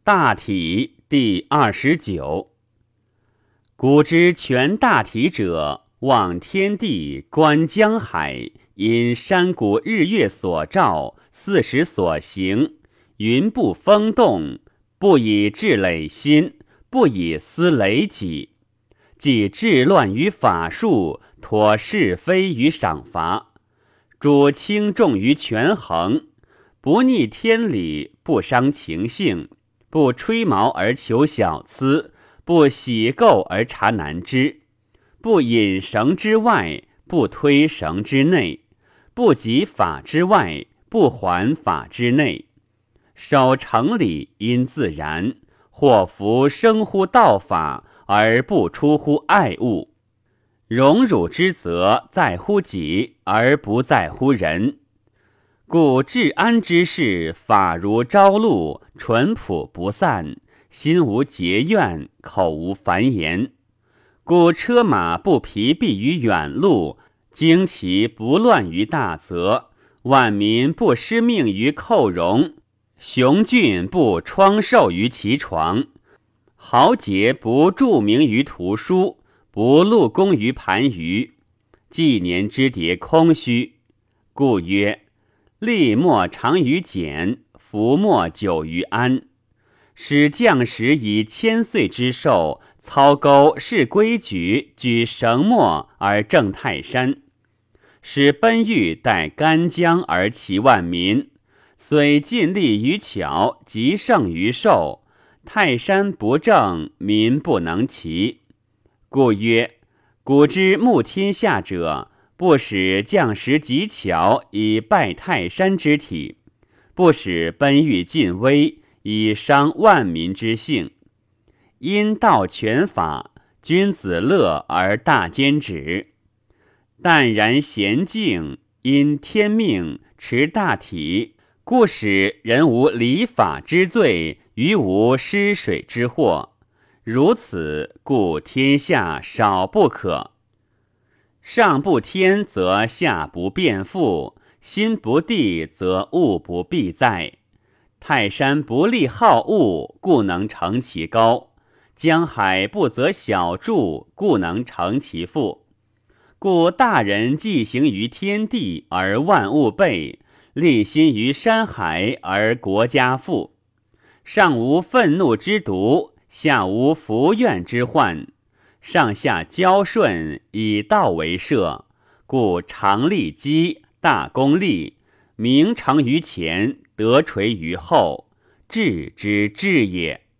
大体第29。古之全大体者，望天地，观江海，因山谷日月所照，四时所行，云不风动，不以治累心，不以思累己。即治乱于法术，妥是非于赏罚，主轻重于权衡，不逆天理，不伤情性，不吹毛而求小疵，不喜垢而察难知，不引绳之外，不推绳之内，不及法之外，不还法之内。守诚理因自然，或服生乎道法，而不出乎爱物。荣辱之责在乎己，而不在乎人。故治安之事，法如朝露，淳朴不散，心无结怨，口无烦言。故车马不疲弊于远路，旌旗不乱于大泽，万民不失命于寇戎，雄峻不疮受于其床，豪杰不著名于图书，不录功于盘盂。纪年之迭空虚。故曰：利莫长于简，福莫久于安。使将士以千岁之寿，操钩事规矩，举绳墨而正泰山。使奔欲待干将而齐万民，虽尽力于巧，极胜于寿，泰山不正，民不能齐。故曰：古之慕天下者，不使将士极巧以败泰山之体，不使奔欲尽威以伤万民之性。因道权法，君子乐而大兼止。淡然娴静，因天命，持大体，故使人无礼法之罪，于无失水之祸。如此，故天下少不可。上不天，则下不变复；心不地，则物不必在。泰山不立好物，故能成其高；江海不择小助，故能成其富。故大人既行于天地，而万物备；立心于山海，而国家富。上无愤怒之毒，下无福怨之患。上下交顺，以道为社，故常立基，大功立，名成于前，德垂于后，治之治也。